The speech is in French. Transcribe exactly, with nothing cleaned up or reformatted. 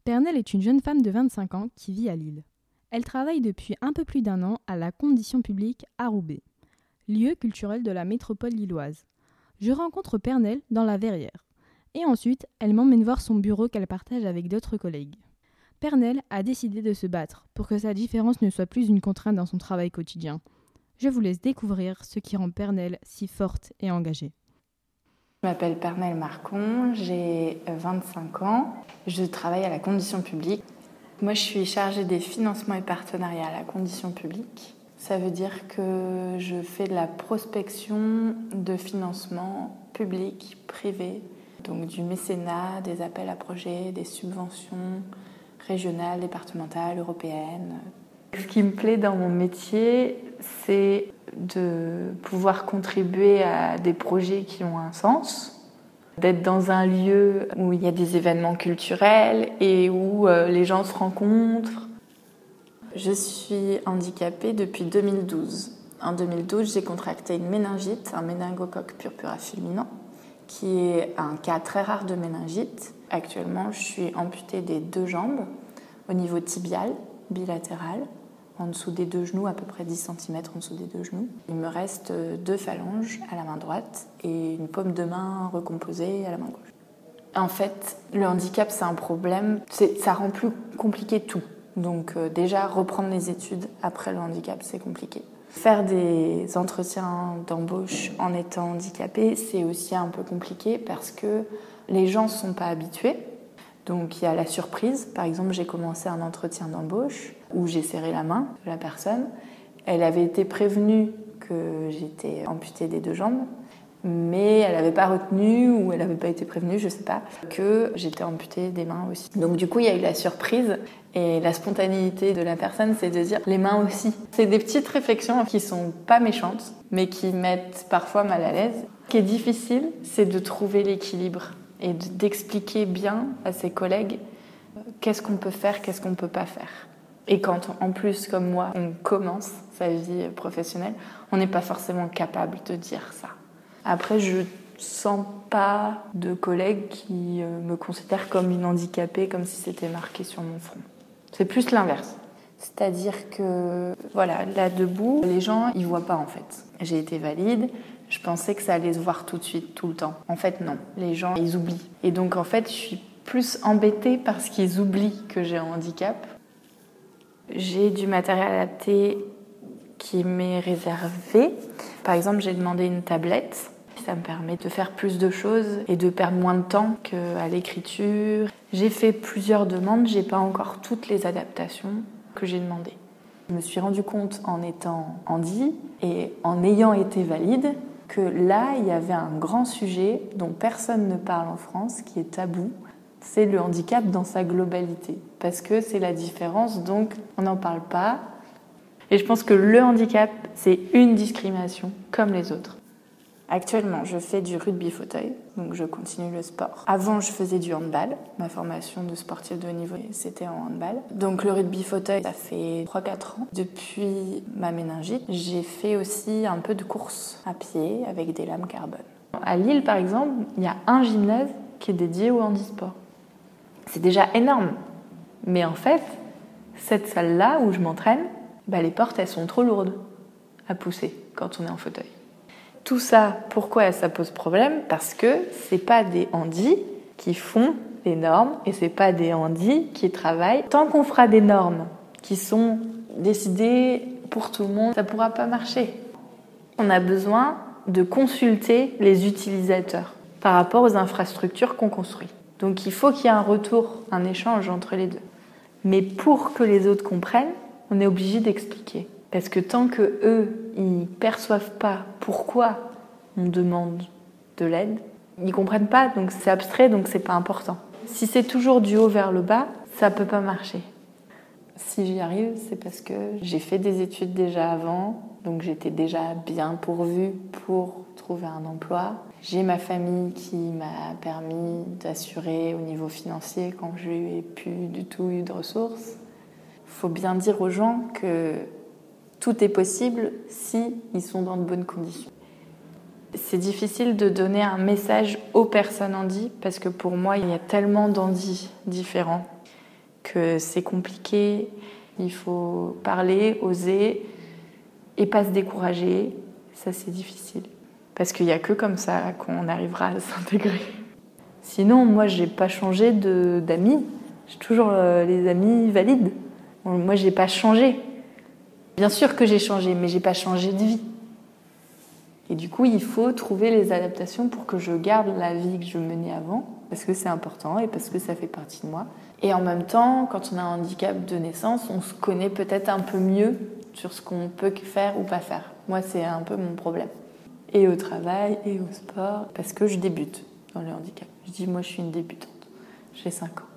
Pernelle est une jeune femme de vingt-cinq ans qui vit à Lille. Elle travaille depuis un peu plus d'un an à la Condition publique à Roubaix, lieu culturel de la métropole lilloise. Je rencontre Pernelle dans la Verrière. Et ensuite, elle m'emmène voir son bureau qu'elle partage avec d'autres collègues. Pernelle a décidé de se battre pour que sa différence ne soit plus une contrainte dans son travail quotidien. Je vous laisse découvrir ce qui rend Pernelle si forte et engagée. Je m'appelle Pernelle Marcon, j'ai vingt-cinq ans, je travaille à la Condition publique. Moi, je suis chargée des financements et partenariats à la Condition publique. Ça veut dire que je fais de la prospection de financement public, privé, donc du mécénat, des appels à projets, des subventions régionales, départementales, européennes. Ce qui me plaît dans mon métier, c'est de pouvoir contribuer à des projets qui ont un sens, d'être dans un lieu où il y a des événements culturels et où les gens se rencontrent. Je suis handicapée depuis deux mille douze. En deux mille douze, j'ai contracté une méningite, un méningocoque purpura fulminant, qui est un cas très rare de méningite. Actuellement, je suis amputée des deux jambes, au niveau tibial, bilatéral, en dessous des deux genoux, à peu près dix centimètres en dessous des deux genoux. Il me reste deux phalanges à la main droite et une paume de main recomposée à la main gauche. En fait, le handicap, c'est un problème, c'est, ça rend plus compliqué tout. Donc euh, déjà, reprendre les études après le handicap, c'est compliqué. Faire des entretiens d'embauche en étant handicapé, c'est aussi un peu compliqué parce que les gens ne sont pas habitués. Donc il y a la surprise. Par exemple, j'ai commencé un entretien d'embauche où j'ai serré la main de la personne. Elle avait été prévenue que j'étais amputée des deux jambes, mais elle n'avait pas retenu ou elle n'avait pas été prévenue, je ne sais pas, que j'étais amputée des mains aussi. Donc du coup, il y a eu la surprise et la spontanéité de la personne, c'est de dire les mains aussi. C'est des petites réflexions qui ne sont pas méchantes, mais qui mettent parfois mal à l'aise. Ce qui est difficile, c'est de trouver l'équilibre et d'expliquer bien à ses collègues qu'est-ce qu'on peut faire, qu'est-ce qu'on ne peut pas faire. Et quand, en plus, comme moi, on commence sa vie professionnelle, on n'est pas forcément capable de dire ça. Après, je ne sens pas de collègues qui me considèrent comme une handicapée, comme si c'était marqué sur mon front. C'est plus l'inverse. C'est-à-dire que, voilà, là debout, les gens, ils ne voient pas en fait. J'ai été valide, je pensais que ça allait se voir tout de suite, tout le temps. En fait, non. Les gens, ils oublient. Et donc, en fait, je suis plus embêtée parce qu'ils oublient que j'ai un handicap. J'ai du matériel adapté qui m'est réservé. Par exemple, j'ai demandé une tablette. Ça me permet de faire plus de choses et de perdre moins de temps qu'à l'écriture. J'ai fait plusieurs demandes, j'ai pas encore toutes les adaptations que j'ai demandées. Je me suis rendu compte en étant handi et en ayant été valide que là, il y avait un grand sujet dont personne ne parle en France, qui est tabou. C'est le handicap dans sa globalité. Parce que c'est la différence, donc on n'en parle pas. Et je pense que le handicap, c'est une discrimination comme les autres. Actuellement, je fais du rugby fauteuil, donc je continue le sport. Avant, je faisais du handball. Ma formation de sportive de haut niveau, c'était en handball. Donc le rugby fauteuil, ça fait trois à quatre ans. Depuis ma méningite, j'ai fait aussi un peu de course à pied avec des lames carbone. À Lille, par exemple, il y a un gymnase qui est dédié au handisport. C'est déjà énorme. Mais en fait, cette salle-là où je m'entraîne, bah, les portes, elles sont trop lourdes à pousser quand on est en fauteuil. Tout ça, pourquoi ça pose problème ? Parce que c'est pas des handis qui font les normes et c'est pas des handis qui travaillent. Tant qu'on fera des normes qui sont décidées pour tout le monde, ça pourra pas marcher. On a besoin de consulter les utilisateurs par rapport aux infrastructures qu'on construit. Donc il faut qu'il y ait un retour, un échange entre les deux. Mais pour que les autres comprennent, on est obligé d'expliquer. Parce que tant qu'eux, ils ne perçoivent pas pourquoi on demande de l'aide, ils ne comprennent pas, donc c'est abstrait, donc c'est pas important. Si c'est toujours du haut vers le bas, ça ne peut pas marcher. Si j'y arrive, c'est parce que j'ai fait des études déjà avant, donc j'étais déjà bien pourvue pour trouver un emploi. J'ai ma famille qui m'a permis d'assurer au niveau financier quand je n'ai plus du tout eu de ressources. Il faut bien dire aux gens que tout est possible si ils sont dans de bonnes conditions. C'est difficile de donner un message aux personnes handis parce que pour moi, il y a tellement d'handis différents. que c'est compliqué. Il faut parler, oser et pas se décourager. Ça, c'est difficile. Parce qu'il n'y a que comme ça qu'on arrivera à s'intégrer. Sinon, moi, j'ai pas changé de, d'amis. J'ai toujours euh, les amis valides. Moi, j'ai pas changé. Bien sûr que j'ai changé, mais j'ai pas changé de vie. Et du coup, il faut trouver les adaptations pour que je garde la vie que je menais avant, parce que c'est important et parce que ça fait partie de moi. Et en même temps, quand on a un handicap de naissance, on se connaît peut-être un peu mieux sur ce qu'on peut faire ou pas faire. Moi, c'est un peu mon problème. Et au travail, et au sport, parce que je débute dans le handicap. Je dis, moi, je suis une débutante. J'ai cinq ans.